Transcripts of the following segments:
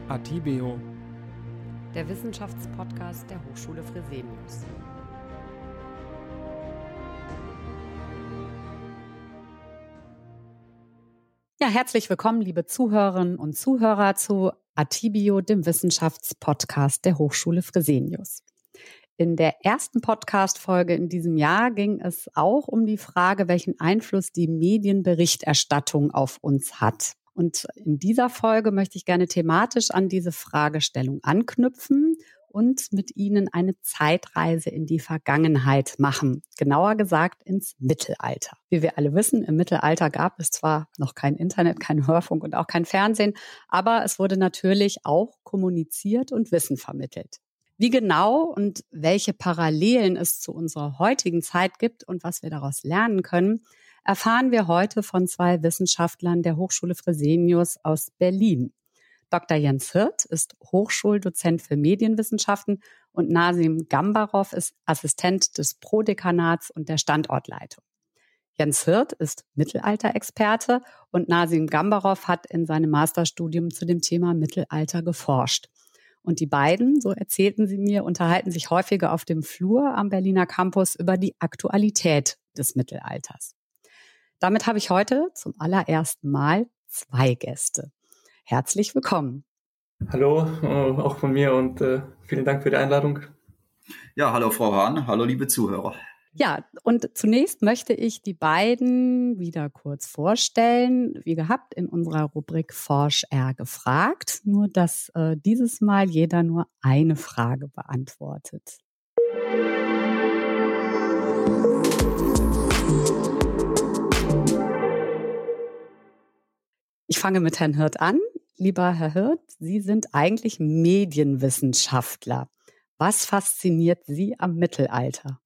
Atibeo, der Wissenschaftspodcast der Hochschule Fresenius. Ja, herzlich willkommen, liebe Zuhörerinnen und Zuhörer, zu Atibeo, dem Wissenschaftspodcast der Hochschule Fresenius. In der ersten Podcast-Folge in diesem Jahr ging es auch um die Frage, welchen Einfluss die Medienberichterstattung auf uns hat. Und in dieser Folge möchte ich gerne thematisch an diese Fragestellung anknüpfen und mit Ihnen eine Zeitreise in die Vergangenheit machen. Genauer gesagt ins Mittelalter. Wie wir alle wissen, im Mittelalter gab es zwar noch kein Internet, kein Hörfunk und auch kein Fernsehen, aber es wurde natürlich auch kommuniziert und Wissen vermittelt. Wie genau und welche Parallelen es zu unserer heutigen Zeit gibt und was wir daraus lernen können, erfahren wir heute von zwei Wissenschaftlern der Hochschule Fresenius aus Berlin. Dr. Jens Hirt ist Hochschuldozent für Medienwissenschaften und Nasim Gambarov ist Assistent des Prodekanats und der Standortleitung. Jens Hirt ist Mittelalterexperte und Nasim Gambarov hat in seinem Masterstudium zu dem Thema Mittelalter geforscht. Und die beiden, so erzählten sie mir, unterhalten sich häufiger auf dem Flur am Berliner Campus über die Aktualität des Mittelalters. Damit habe ich heute zum allerersten Mal zwei Gäste. Herzlich willkommen. Hallo, auch von mir und vielen Dank für die Einladung. Ja, hallo Frau Hahn, hallo liebe Zuhörer. Ja, und zunächst möchte ich die beiden wieder kurz vorstellen, wie gehabt in unserer Rubrik Forsch R gefragt, nur dass dieses Mal jeder nur eine Frage beantwortet. Ich fange mit Herrn Hirt an. Lieber Herr Hirt, Sie sind eigentlich Medienwissenschaftler. Was fasziniert Sie am Mittelalter?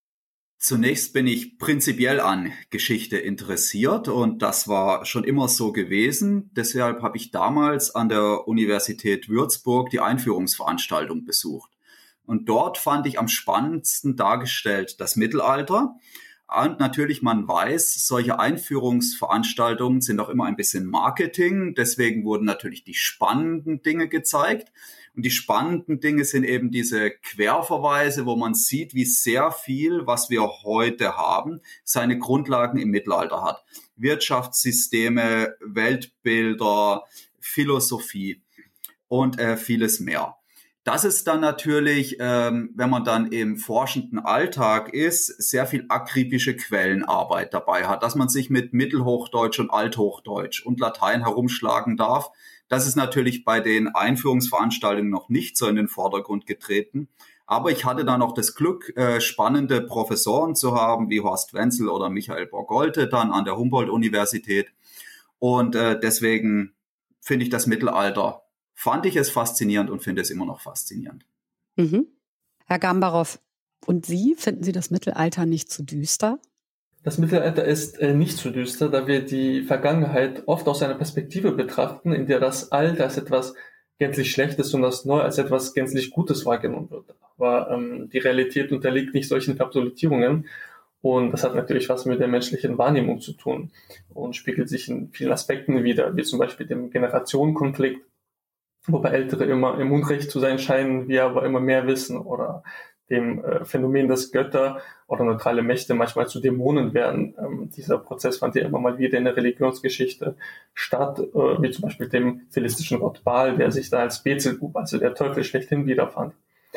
Zunächst bin ich prinzipiell an Geschichte interessiert und das war schon immer so gewesen. Deshalb habe ich damals an der Universität Würzburg die Einführungsveranstaltung besucht. Und dort fand ich am spannendsten dargestellt das Mittelalter. Und natürlich, man weiß, solche Einführungsveranstaltungen sind auch immer ein bisschen Marketing. Deswegen wurden natürlich die spannenden Dinge gezeigt. Und die spannenden Dinge sind eben diese Querverweise, wo man sieht, wie sehr viel, was wir heute haben, seine Grundlagen im Mittelalter hat. Wirtschaftssysteme, Weltbilder, Philosophie und vieles mehr. Das ist dann natürlich, wenn man dann im forschenden Alltag ist, sehr viel akribische Quellenarbeit dabei hat, dass man sich mit Mittelhochdeutsch und Althochdeutsch und Latein herumschlagen darf. Das ist natürlich bei den Einführungsveranstaltungen noch nicht so in den Vordergrund getreten. Aber ich hatte dann auch das Glück, spannende Professoren zu haben, wie Horst Wenzel oder Michael Borgolte dann an der Humboldt-Universität. Und deswegen finde ich das Mittelalter, fand ich es faszinierend und finde es immer noch faszinierend. Mhm. Herr Gambarov, und Sie, finden Sie das Mittelalter nicht zu düster? Das Mittelalter ist nicht zu düster, da wir die Vergangenheit oft aus einer Perspektive betrachten, in der das Alte als etwas gänzlich Schlechtes und das Neue als etwas gänzlich Gutes wahrgenommen wird. Aber die Realität unterliegt nicht solchen Verabsolutierungen und das hat natürlich was mit der menschlichen Wahrnehmung zu tun und spiegelt sich in vielen Aspekten wider, wie zum Beispiel dem Generationenkonflikt, wobei Ältere immer im Unrecht zu sein scheinen, wir aber immer mehr wissen, oder dem Phänomen, dass Götter oder neutrale Mächte manchmal zu Dämonen werden. Dieser Prozess fand ja immer mal wieder in der Religionsgeschichte statt, wie zum Beispiel dem philistischen Gott Baal, der sich da als Beelzebub, also der Teufel schlechthin, wiederfand.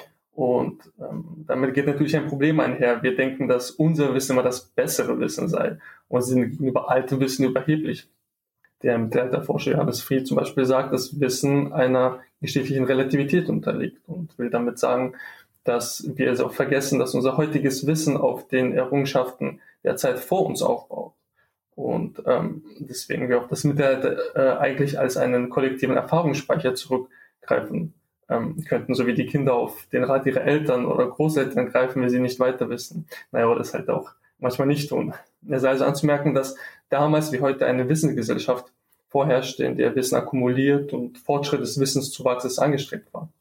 Und damit geht natürlich ein Problem einher. Wir denken, dass unser Wissen immer das bessere Wissen sei und sind gegenüber altem Wissen überheblich. Der Mittelalterforscher Johannes Fried zum Beispiel sagt, dass Wissen einer geschichtlichen Relativität unterliegt und will damit sagen, dass wir es auch vergessen, dass unser heutiges Wissen auf den Errungenschaften der Zeit vor uns aufbaut. Und deswegen wir auf das Mittelalter eigentlich als einen kollektiven Erfahrungsspeicher zurückgreifen könnten, so wie die Kinder auf den Rat ihrer Eltern oder Großeltern greifen, wenn sie nicht weiter wissen. Naja, aber das halt auch manchmal nicht tun. Es ist also anzumerken, dass damals wie heute eine Wissensgesellschaft vorherrschte, in der Wissen akkumuliert und Fortschritt des Wissenszuwachses angestrebt war.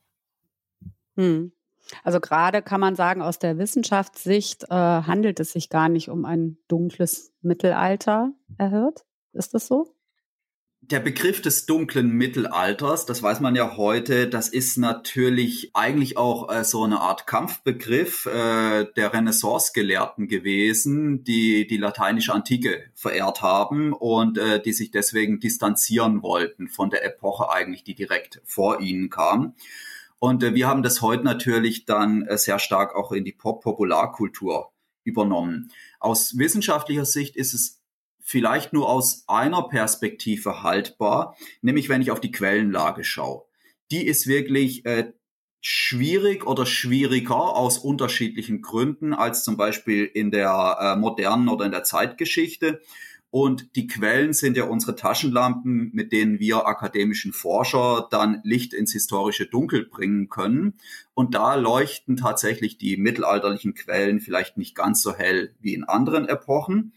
Also gerade kann man sagen, aus der Wissenschaftssicht handelt es sich gar nicht um ein dunkles Mittelalter, Herr Hirt. Ist das so? Der Begriff des dunklen Mittelalters, das weiß man ja heute, das ist natürlich eigentlich auch so eine Art Kampfbegriff der Renaissance-Gelehrten gewesen, die die lateinische Antike verehrt haben und die sich deswegen distanzieren wollten von der Epoche eigentlich, die direkt vor ihnen kam. Und wir haben das heute natürlich dann sehr stark auch in die Popularkultur übernommen. Aus wissenschaftlicher Sicht ist es vielleicht nur aus einer Perspektive haltbar, nämlich wenn ich auf die Quellenlage schaue. Die ist wirklich schwierig oder schwieriger aus unterschiedlichen Gründen als zum Beispiel in der modernen oder in der Zeitgeschichte. Und die Quellen sind ja unsere Taschenlampen, mit denen wir akademischen Forscher dann Licht ins historische Dunkel bringen können. Und da leuchten tatsächlich die mittelalterlichen Quellen vielleicht nicht ganz so hell wie in anderen Epochen.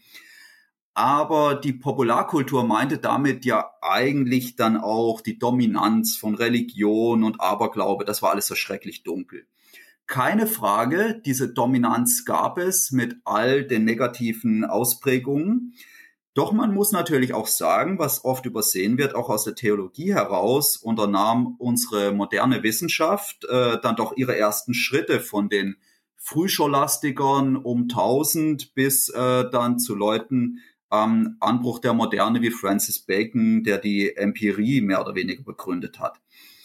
Aber die Popularkultur meinte damit ja eigentlich dann auch die Dominanz von Religion und Aberglaube. Das war alles so schrecklich dunkel. Keine Frage, diese Dominanz gab es mit all den negativen Ausprägungen. Doch man muss natürlich auch sagen, was oft übersehen wird, auch aus der Theologie heraus, unternahm unsere moderne Wissenschaft dann doch ihre ersten Schritte von den Frühscholastikern um 1000 bis dann zu Leuten am Anbruch der Moderne wie Francis Bacon, der die Empirie mehr oder weniger begründet hat.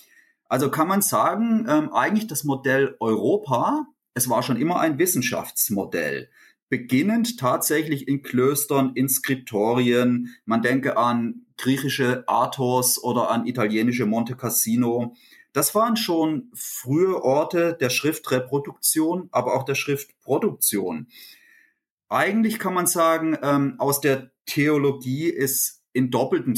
Also kann man sagen, eigentlich das Modell Europa, es war schon immer ein Wissenschaftsmodell, beginnend tatsächlich in Klöstern, in Skriptorien, man denke an griechische Athos oder an italienische Monte Cassino. Das waren schon frühe Orte der Schriftreproduktion, aber auch der Schriftproduktion. Eigentlich kann man sagen, aus der Theologie ist in doppeltem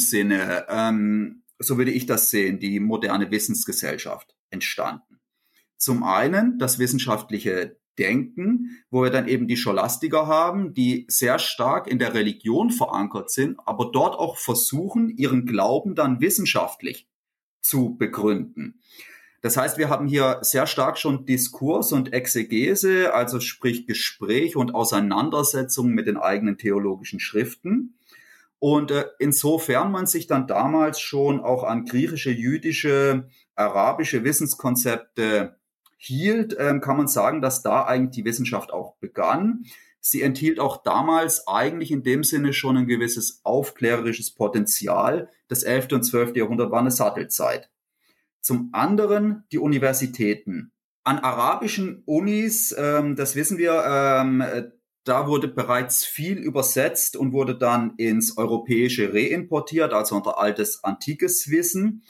Sinne, so würde ich das sehen, die moderne Wissensgesellschaft entstanden. Zum einen das wissenschaftliche Denken, wo wir dann eben die Scholastiker haben, die sehr stark in der Religion verankert sind, aber dort auch versuchen, ihren Glauben dann wissenschaftlich zu begründen. Das heißt, wir haben hier sehr stark schon Diskurs und Exegese, also sprich Gespräch und Auseinandersetzung mit den eigenen theologischen Schriften. Und insofern man sich dann damals schon auch an griechische, jüdische, arabische Wissenskonzepte hielt, kann man sagen, dass da eigentlich die Wissenschaft auch begann. Sie enthielt auch damals eigentlich in dem Sinne schon ein gewisses aufklärerisches Potenzial. Das 11. und 12. Jahrhundert war eine Sattelzeit. Zum anderen die Universitäten. An arabischen Unis, das wissen wir, da wurde bereits viel übersetzt und wurde dann ins Europäische reimportiert, also unter altes, antikes Wissen.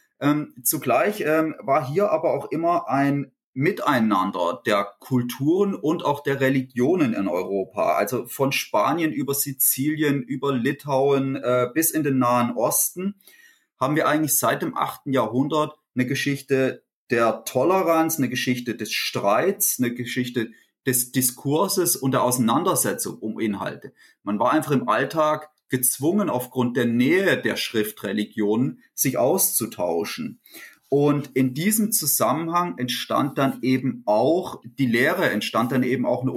Zugleich war hier aber auch immer ein Miteinander der Kulturen und auch der Religionen in Europa. Also von Spanien über Sizilien, über Litauen bis in den Nahen Osten haben wir eigentlich seit dem 8. Jahrhundert eine Geschichte der Toleranz, eine Geschichte des Streits, eine Geschichte des Diskurses und der Auseinandersetzung um Inhalte. Man war einfach im Alltag gezwungen, aufgrund der Nähe der Schriftreligionen sich auszutauschen. Und in diesem Zusammenhang entstand dann eben auch die Lehre, entstand dann eben auch eine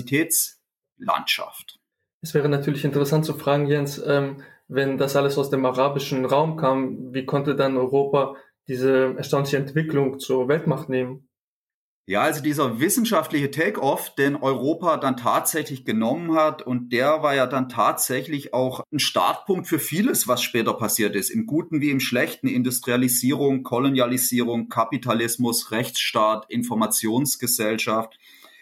Universitätslandschaft. Es wäre natürlich interessant zu fragen, Jens, wenn das alles aus dem arabischen Raum kam, wie konnte dann Europa diese erstaunliche Entwicklung zur Weltmacht nehmen? Ja, also dieser wissenschaftliche Take-off, den Europa dann tatsächlich genommen hat, und der war ja dann tatsächlich auch ein Startpunkt für vieles, was später passiert ist, im Guten wie im Schlechten: Industrialisierung, Kolonialisierung, Kapitalismus, Rechtsstaat, Informationsgesellschaft.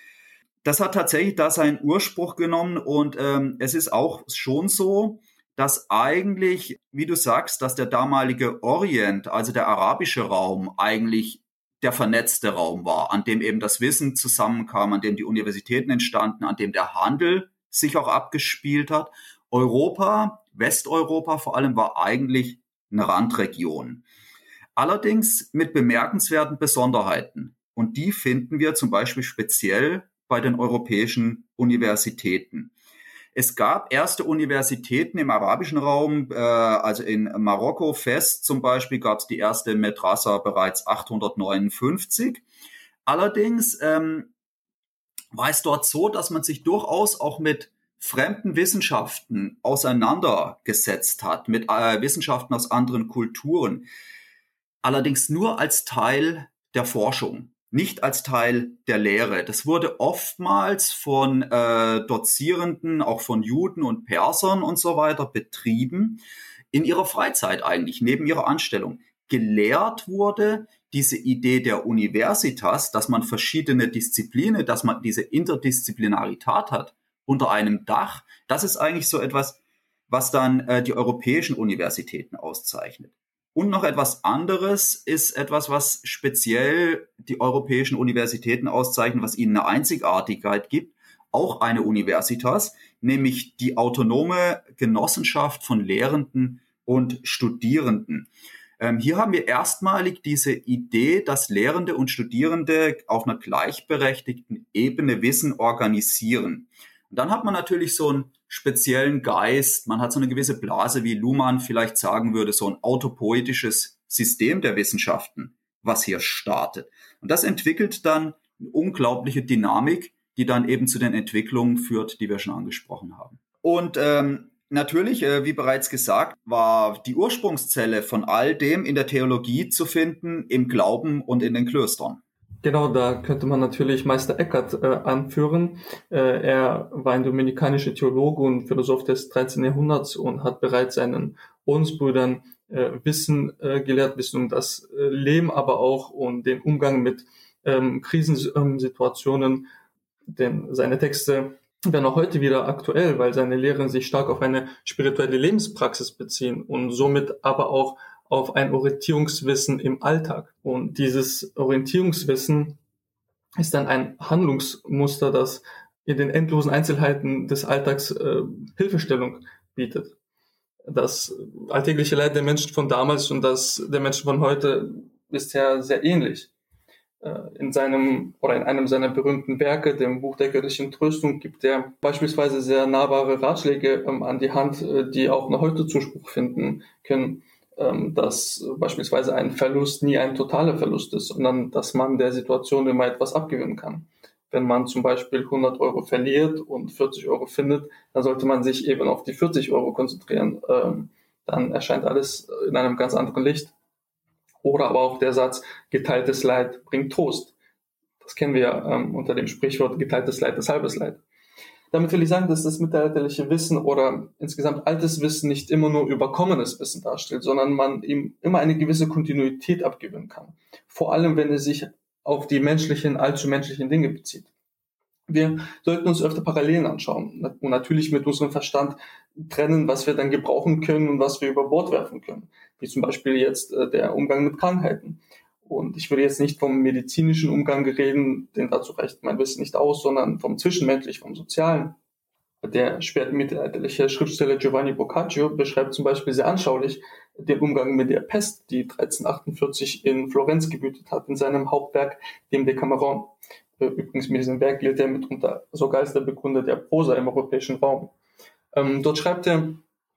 Das hat tatsächlich da seinen Ursprung genommen, und es ist auch schon so, dass eigentlich, wie du sagst, dass der damalige Orient, also der arabische Raum, eigentlich der vernetzte Raum war, an dem eben das Wissen zusammenkam, an dem die Universitäten entstanden, an dem der Handel sich auch abgespielt hat. Europa, Westeuropa vor allem, war eigentlich eine Randregion. Allerdings mit bemerkenswerten Besonderheiten. Und die finden wir zum Beispiel speziell bei den europäischen Universitäten. Es gab erste Universitäten im arabischen Raum, also in Marokko, Fez zum Beispiel, gab es die erste Madrasa bereits 859. Allerdings war es dort so, dass man sich durchaus auch mit fremden Wissenschaften auseinandergesetzt hat, mit Wissenschaften aus anderen Kulturen, allerdings nur als Teil der Forschung, nicht als Teil der Lehre. Das wurde oftmals von Dozierenden, auch von Juden und Persern und so weiter betrieben, in ihrer Freizeit eigentlich, neben ihrer Anstellung. Gelehrt wurde diese Idee der Universitas, dass man verschiedene Disziplinen, dass man diese Interdisziplinarität hat unter einem Dach. Das ist eigentlich so etwas, was dann die europäischen Universitäten auszeichnet. Und noch etwas anderes ist etwas, was speziell die europäischen Universitäten auszeichnet, was ihnen eine Einzigartigkeit gibt, auch eine Universitas, nämlich die autonome Genossenschaft von Lehrenden und Studierenden. Hier haben wir erstmalig diese Idee, dass Lehrende und Studierende auf einer gleichberechtigten Ebene Wissen organisieren. Und dann hat man natürlich so einen speziellen Geist, man hat so eine gewisse Blase, wie Luhmann vielleicht sagen würde, so ein autopoetisches System der Wissenschaften, was hier startet. Und das entwickelt dann eine unglaubliche Dynamik, die dann eben zu den Entwicklungen führt, die wir schon angesprochen haben. Und natürlich, wie bereits gesagt, war die Ursprungszelle von all dem in der Theologie zu finden, im Glauben und in den Klöstern. Genau, da könnte man natürlich Meister Eckhart anführen. Er war ein dominikanischer Theologe und Philosoph des 13. Jahrhunderts und hat bereits seinen Ordensbrüdern Wissen gelehrt, Wissen um das Leben, aber auch um den Umgang mit Krisensituationen. Denn seine Texte werden auch heute wieder aktuell, weil seine Lehren sich stark auf eine spirituelle Lebenspraxis beziehen und somit aber auch auf ein Orientierungswissen im Alltag. Und dieses Orientierungswissen ist dann ein Handlungsmuster, das in den endlosen Einzelheiten des Alltags Hilfestellung bietet. Das alltägliche Leid der Menschen von damals und das der Menschen von heute ist ja sehr ähnlich. In einem seiner berühmten Werke, dem Buch der göttlichen Tröstung, gibt er beispielsweise sehr nahbare Ratschläge an die Hand, die auch noch heute Zuspruch finden können, dass beispielsweise ein Verlust nie ein totaler Verlust ist, sondern dass man der Situation immer etwas abgewinnen kann. Wenn man zum Beispiel 100 Euro verliert und 40 Euro findet, dann sollte man sich eben auf die 40 Euro konzentrieren. Dann erscheint alles in einem ganz anderen Licht. Oder aber auch der Satz, geteiltes Leid bringt Trost. Das kennen wir ja unter dem Sprichwort, geteiltes Leid ist halbes Leid. Damit will ich sagen, dass das mittelalterliche Wissen oder insgesamt altes Wissen nicht immer nur überkommenes Wissen darstellt, sondern man ihm immer eine gewisse Kontinuität abgewinnen kann. Vor allem, wenn es sich auf die menschlichen, allzu menschlichen Dinge bezieht. Wir sollten uns öfter Parallelen anschauen und natürlich mit unserem Verstand trennen, was wir dann gebrauchen können und was wir über Bord werfen können. Wie zum Beispiel jetzt der Umgang mit Krankheiten. Und ich würde jetzt nicht vom medizinischen Umgang reden, denn dazu reicht mein Wissen nicht aus, sondern vom Zwischenmenschlichen, vom Sozialen. Der spätmittelalterliche Schriftsteller Giovanni Boccaccio beschreibt zum Beispiel sehr anschaulich den Umgang mit der Pest, die 1348 in Florenz gewütet hat, in seinem Hauptwerk, dem Decameron. Übrigens mit diesem Werk gilt er mitunter sogar als der Begründer der Prosa im europäischen Raum. Dort schreibt er,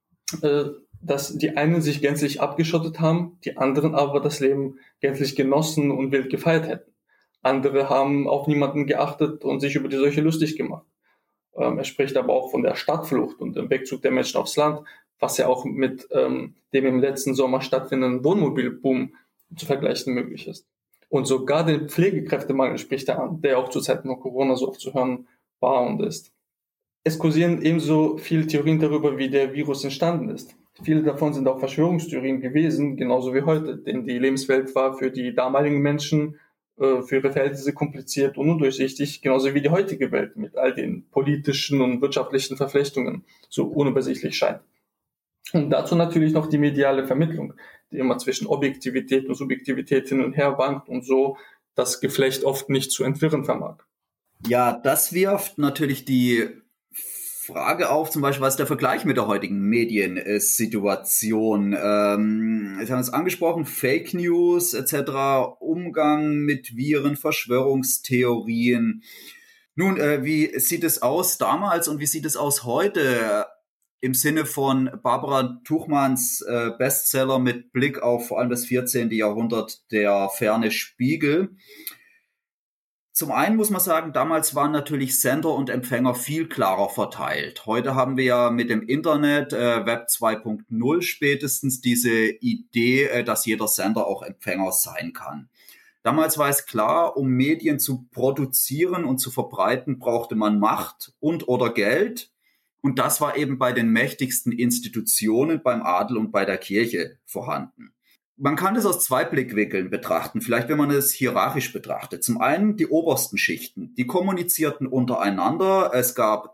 dass die einen sich gänzlich abgeschottet haben, die anderen aber das Leben gänzlich genossen und wild gefeiert hätten. Andere haben auf niemanden geachtet und sich über die Seuche lustig gemacht. Er spricht aber auch von der Stadtflucht und dem Wegzug der Menschen aufs Land, was ja auch mit dem im letzten Sommer stattfindenden Wohnmobilboom zu vergleichen möglich ist. Und sogar den Pflegekräftemangel spricht er an, der auch zu Zeiten von Corona so oft zu hören war und ist. Es kursieren ebenso viele Theorien darüber, wie der Virus entstanden ist. Viele davon sind auch Verschwörungstheorien gewesen, genauso wie heute, denn die Lebenswelt war für die damaligen Menschen für ihre Verhältnisse kompliziert und undurchsichtig, genauso wie die heutige Welt mit all den politischen und wirtschaftlichen Verflechtungen so unübersichtlich scheint. Und dazu natürlich noch die mediale Vermittlung, die immer zwischen Objektivität und Subjektivität hin und her wankt und so das Geflecht oft nicht zu entwirren vermag. Ja, das wirft natürlich die Frage auf, zum Beispiel, was ist der Vergleich mit der heutigen Mediensituation? Sie haben es angesprochen, Fake News etc., Umgang mit Viren, Verschwörungstheorien. Nun, wie sieht es aus damals und wie sieht es aus heute im Sinne von Barbara Tuchmans Bestseller mit Blick auf vor allem das 14. Jahrhundert, der ferne Spiegel? Zum einen muss man sagen, damals waren natürlich Sender und Empfänger viel klarer verteilt. Heute haben wir ja mit dem Internet, Web 2.0 spätestens, diese Idee, dass jeder Sender auch Empfänger sein kann. Damals war es klar, um Medien zu produzieren und zu verbreiten, brauchte man Macht und oder Geld. Und das war eben bei den mächtigsten Institutionen, beim Adel und bei der Kirche vorhanden. Man kann das aus zwei Blickwinkeln betrachten, vielleicht wenn man es hierarchisch betrachtet. Zum einen die obersten Schichten, die kommunizierten untereinander. Es gab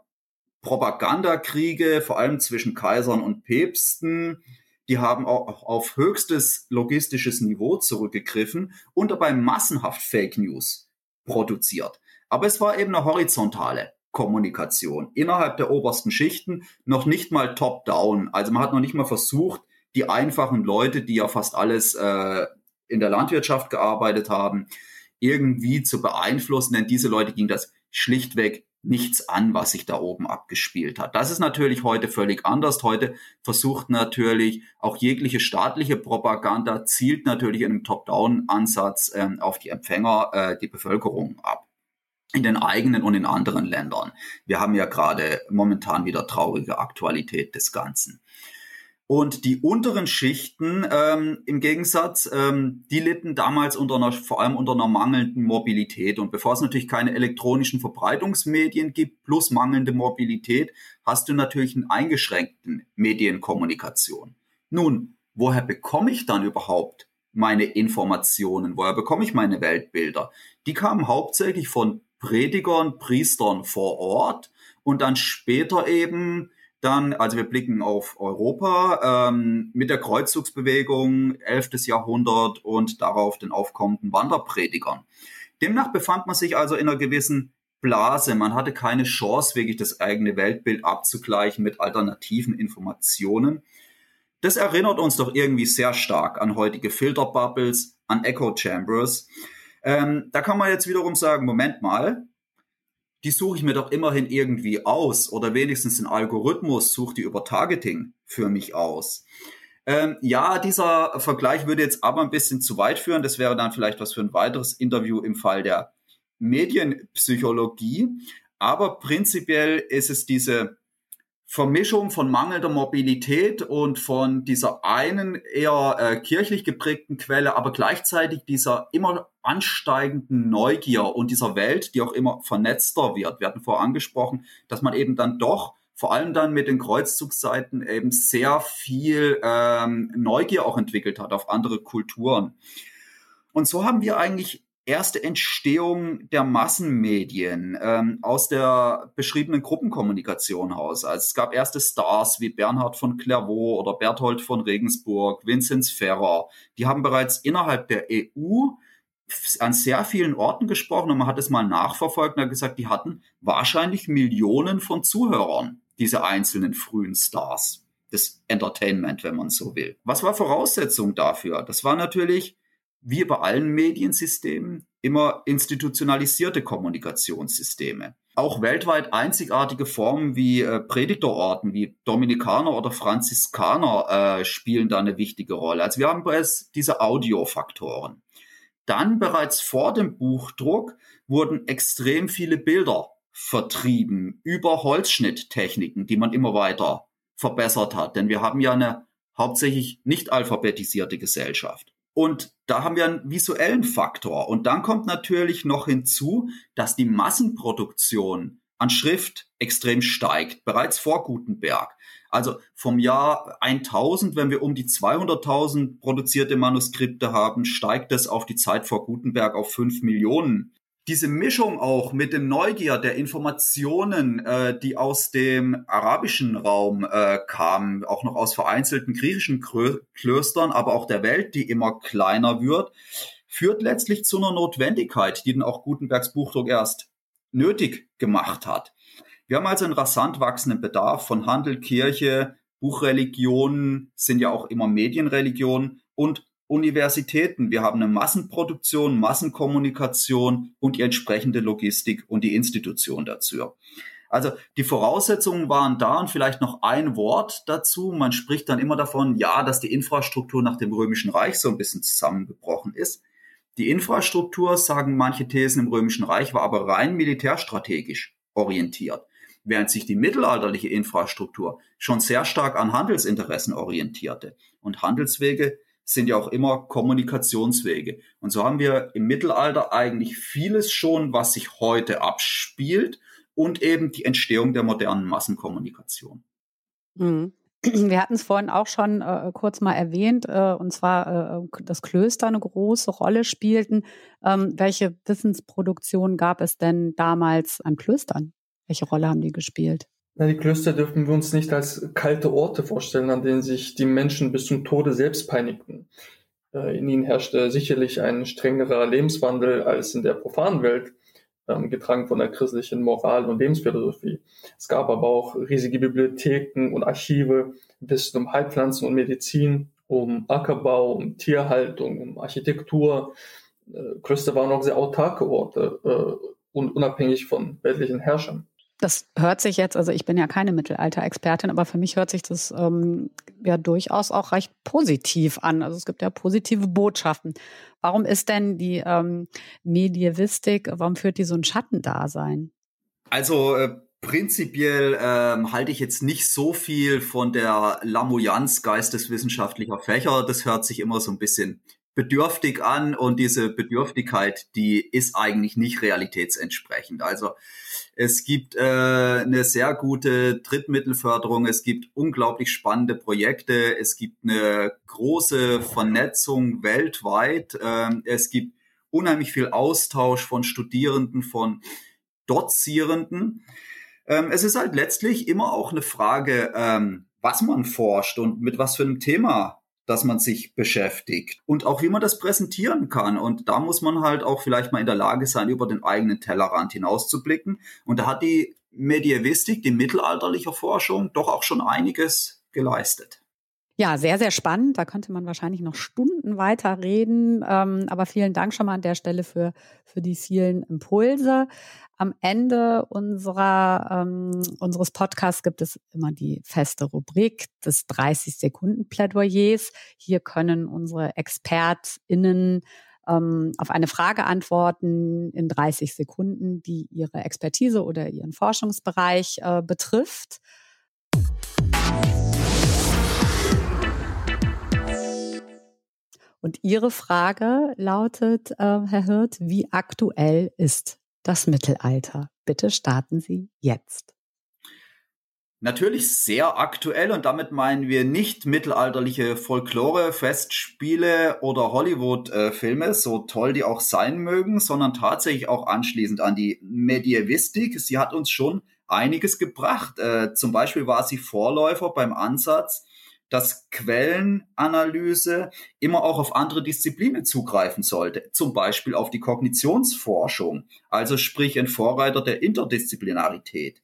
Propagandakriege, vor allem zwischen Kaisern und Päpsten. Die haben auch auf höchstes logistisches Niveau zurückgegriffen und dabei massenhaft Fake News produziert. Aber es war eben eine horizontale Kommunikation innerhalb der obersten Schichten, noch nicht mal top-down. Also man hat noch nicht mal versucht, die einfachen Leute, die ja fast alles in der Landwirtschaft gearbeitet haben, irgendwie zu beeinflussen, denn diese Leute ging das schlichtweg nichts an, was sich da oben abgespielt hat. Das ist natürlich heute völlig anders. Heute versucht natürlich auch jegliche staatliche Propaganda, zielt natürlich in einem Top-Down-Ansatz auf die Empfänger, die Bevölkerung ab. In den eigenen und in anderen Ländern. Wir haben ja gerade momentan wieder traurige Aktualität des Ganzen. Und die unteren Schichten im Gegensatz, die litten damals vor allem unter einer mangelnden Mobilität. Und bevor es natürlich keine elektronischen Verbreitungsmedien gibt, plus mangelnde Mobilität, hast du natürlich einen eingeschränkten Medienkommunikation. Nun, woher bekomme ich dann überhaupt meine Informationen? Woher bekomme ich meine Weltbilder? Die kamen hauptsächlich von Predigern, Priestern vor Ort und dann später eben also wir blicken auf Europa mit der Kreuzzugsbewegung 11. Jahrhundert und darauf den aufkommenden Wanderpredigern. Demnach befand man sich also in einer gewissen Blase. Man hatte keine Chance, wirklich das eigene Weltbild abzugleichen mit alternativen Informationen. Das erinnert uns doch irgendwie sehr stark an heutige Filterbubbles, an Echo Chambers. Da kann man jetzt wiederum sagen, Moment mal, die suche ich mir doch immerhin irgendwie aus oder wenigstens ein Algorithmus sucht die über Targeting für mich aus. Ja, dieser Vergleich würde jetzt aber ein bisschen zu weit führen. Das wäre dann vielleicht was für ein weiteres Interview im Fall der Medienpsychologie. Aber prinzipiell ist es diese Vermischung von mangelnder Mobilität und von dieser einen eher kirchlich geprägten Quelle, aber gleichzeitig dieser immer ansteigenden Neugier und dieser Welt, die auch immer vernetzter wird. Wir hatten vorher angesprochen, dass man eben dann doch, vor allem dann mit den Kreuzzugsseiten, eben sehr viel Neugier auch entwickelt hat auf andere Kulturen. Und so haben wir eigentlich erste Entstehung der Massenmedien aus der beschriebenen Gruppenkommunikation aus. Also es gab erste Stars wie Bernhard von Clairvaux oder Berthold von Regensburg, Vinzenz Ferrer. Die haben bereits innerhalb der EU an sehr vielen Orten gesprochen und man hat es mal nachverfolgt und hat gesagt, die hatten wahrscheinlich Millionen von Zuhörern, diese einzelnen frühen Stars. Das Entertainment, wenn man so will. Was war Voraussetzung dafür? Das war natürlich, wie bei allen Mediensystemen, immer institutionalisierte Kommunikationssysteme. Auch weltweit einzigartige Formen wie Predigerorden, wie Dominikaner oder Franziskaner spielen da eine wichtige Rolle. Also wir haben bereits diese Audiofaktoren. Dann bereits vor dem Buchdruck wurden extrem viele Bilder vertrieben über Holzschnitttechniken, die man immer weiter verbessert hat. Denn wir haben ja eine hauptsächlich nicht alphabetisierte Gesellschaft. Und da haben wir einen visuellen Faktor. Und dann kommt natürlich noch hinzu, dass die Massenproduktion an Schrift extrem steigt, bereits vor Gutenberg. Also vom Jahr 1000, wenn wir um die 200.000 produzierte Manuskripte haben, steigt es auf die Zeit vor Gutenberg auf 5 Millionen. Diese Mischung auch mit dem Neugier der Informationen, die aus dem arabischen Raum kamen, auch noch aus vereinzelten griechischen Klöstern, aber auch der Welt, die immer kleiner wird, führt letztlich zu einer Notwendigkeit, die dann auch Gutenbergs Buchdruck erst nötig gemacht hat. Wir haben also einen rasant wachsenden Bedarf von Handel, Kirche, Buchreligionen, sind ja auch immer Medienreligionen und Universitäten. Wir haben eine Massenproduktion, Massenkommunikation und die entsprechende Logistik und die Institution dazu. Also die Voraussetzungen waren da und vielleicht noch ein Wort dazu. Man spricht dann immer davon, ja, dass die Infrastruktur nach dem Römischen Reich so ein bisschen zusammengebrochen ist. Die Infrastruktur, sagen manche Thesen im Römischen Reich, war aber rein militärstrategisch orientiert, während sich die mittelalterliche Infrastruktur schon sehr stark an Handelsinteressen orientierte. Und Handelswege sind ja auch immer Kommunikationswege. Und so haben wir im Mittelalter eigentlich vieles schon, was sich heute abspielt und eben die Entstehung der modernen Massenkommunikation. Mhm. Wir hatten es vorhin auch schon kurz mal erwähnt, und zwar, dass Klöster eine große Rolle spielten. Welche Wissensproduktion gab es denn damals an Klöstern? Welche Rolle haben die gespielt? Na, die Klöster dürfen wir uns nicht als kalte Orte vorstellen, an denen sich die Menschen bis zum Tode selbst peinigten. In ihnen herrschte sicherlich ein strengerer Lebenswandel als in der profanen Welt, getragen von der christlichen Moral und Lebensphilosophie. Es gab aber auch riesige Bibliotheken und Archive, Wissen um Heilpflanzen und Medizin, um Ackerbau, um Tierhaltung, um Architektur. Klöster waren auch sehr autarke Orte und unabhängig von weltlichen Herrschern. Das hört sich jetzt, also ich bin ja keine Mittelalter-Expertin, aber für mich hört sich das ja durchaus auch recht positiv an. Also es gibt ja positive Botschaften. Warum ist denn die Medievistik, warum führt die so ein Schattendasein? Also prinzipiell halte ich jetzt nicht so viel von der Lamoyanz geisteswissenschaftlicher Fächer. Das hört sich immer so ein bisschen bedürftig an und diese Bedürftigkeit, die ist eigentlich nicht realitätsentsprechend. Also es gibt eine sehr gute Drittmittelförderung, es gibt unglaublich spannende Projekte, es gibt eine große Vernetzung weltweit, es gibt unheimlich viel Austausch von Studierenden, von Dozierenden. Es ist halt letztlich immer auch eine Frage, was man forscht und mit was für einem Thema, dass man sich beschäftigt und auch wie man das präsentieren kann. Und da muss man halt auch vielleicht mal in der Lage sein, über den eigenen Tellerrand hinauszublicken. Und da hat die Medievistik, die mittelalterliche Forschung, doch auch schon einiges geleistet. Ja, sehr, sehr spannend. Da könnte man wahrscheinlich noch Stunden weiter reden. Aber vielen Dank schon mal an der Stelle für die vielen Impulse. Am Ende unseres Podcasts gibt es immer die feste Rubrik des 30-Sekunden-Plädoyers. Hier können unsere ExpertInnen auf eine Frage antworten in 30 Sekunden, die ihre Expertise oder ihren Forschungsbereich betrifft. Und Ihre Frage lautet, Herr Hirt, wie aktuell ist das Mittelalter? Bitte starten Sie jetzt. Natürlich sehr aktuell und damit meinen wir nicht mittelalterliche Folklore, Festspiele oder Hollywood-Filme, so toll die auch sein mögen, sondern tatsächlich auch anschließend an die Medievistik. Sie hat uns schon einiges gebracht. Zum Beispiel war sie Vorläufer beim Ansatz, dass Quellenanalyse immer auch auf andere Disziplinen zugreifen sollte, zum Beispiel auf die Kognitionsforschung, also sprich ein Vorreiter der Interdisziplinarität.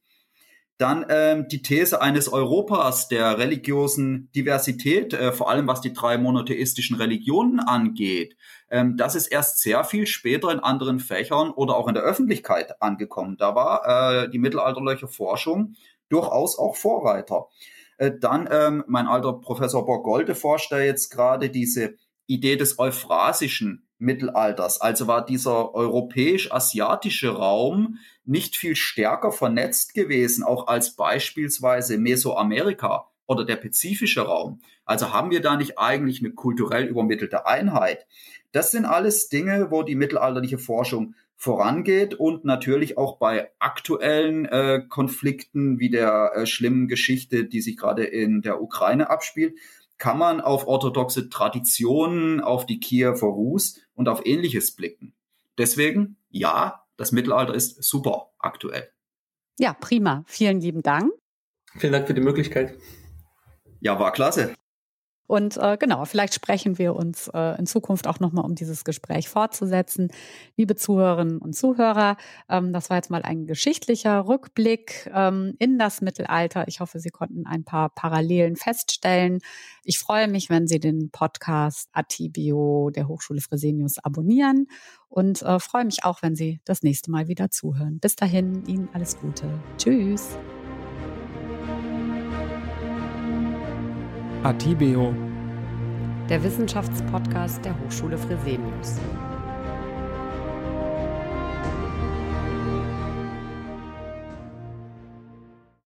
Dann die These eines Europas der religiösen Diversität, vor allem was die 3 monotheistischen Religionen angeht. Das ist erst sehr viel später in anderen Fächern oder auch in der Öffentlichkeit angekommen. Da war die mittelalterliche Forschung durchaus auch Vorreiter. Dann mein alter Professor Borgolde forscht da jetzt gerade diese Idee des euphrasischen Mittelalters. Also war dieser europäisch-asiatische Raum nicht viel stärker vernetzt gewesen, auch als beispielsweise Mesoamerika oder der pazifische Raum. Also haben wir da nicht eigentlich eine kulturell übermittelte Einheit? Das sind alles Dinge, wo die mittelalterliche Forschung vorangeht und natürlich auch bei aktuellen Konflikten wie der schlimmen Geschichte, die sich gerade in der Ukraine abspielt, kann man auf orthodoxe Traditionen, auf die Kiewer Rus und auf Ähnliches blicken. Deswegen, ja, das Mittelalter ist super aktuell. Ja, prima. Vielen lieben Dank. Vielen Dank für die Möglichkeit. Ja, war klasse. Und genau, vielleicht sprechen wir uns in Zukunft auch nochmal, um dieses Gespräch fortzusetzen. Liebe Zuhörerinnen und Zuhörer, das war jetzt mal ein geschichtlicher Rückblick in das Mittelalter. Ich hoffe, Sie konnten ein paar Parallelen feststellen. Ich freue mich, wenn Sie den Podcast Atibio der Hochschule Fresenius abonnieren und freue mich auch, wenn Sie das nächste Mal wieder zuhören. Bis dahin, Ihnen alles Gute. Tschüss. Atibio, der Wissenschaftspodcast der Hochschule Fresenius.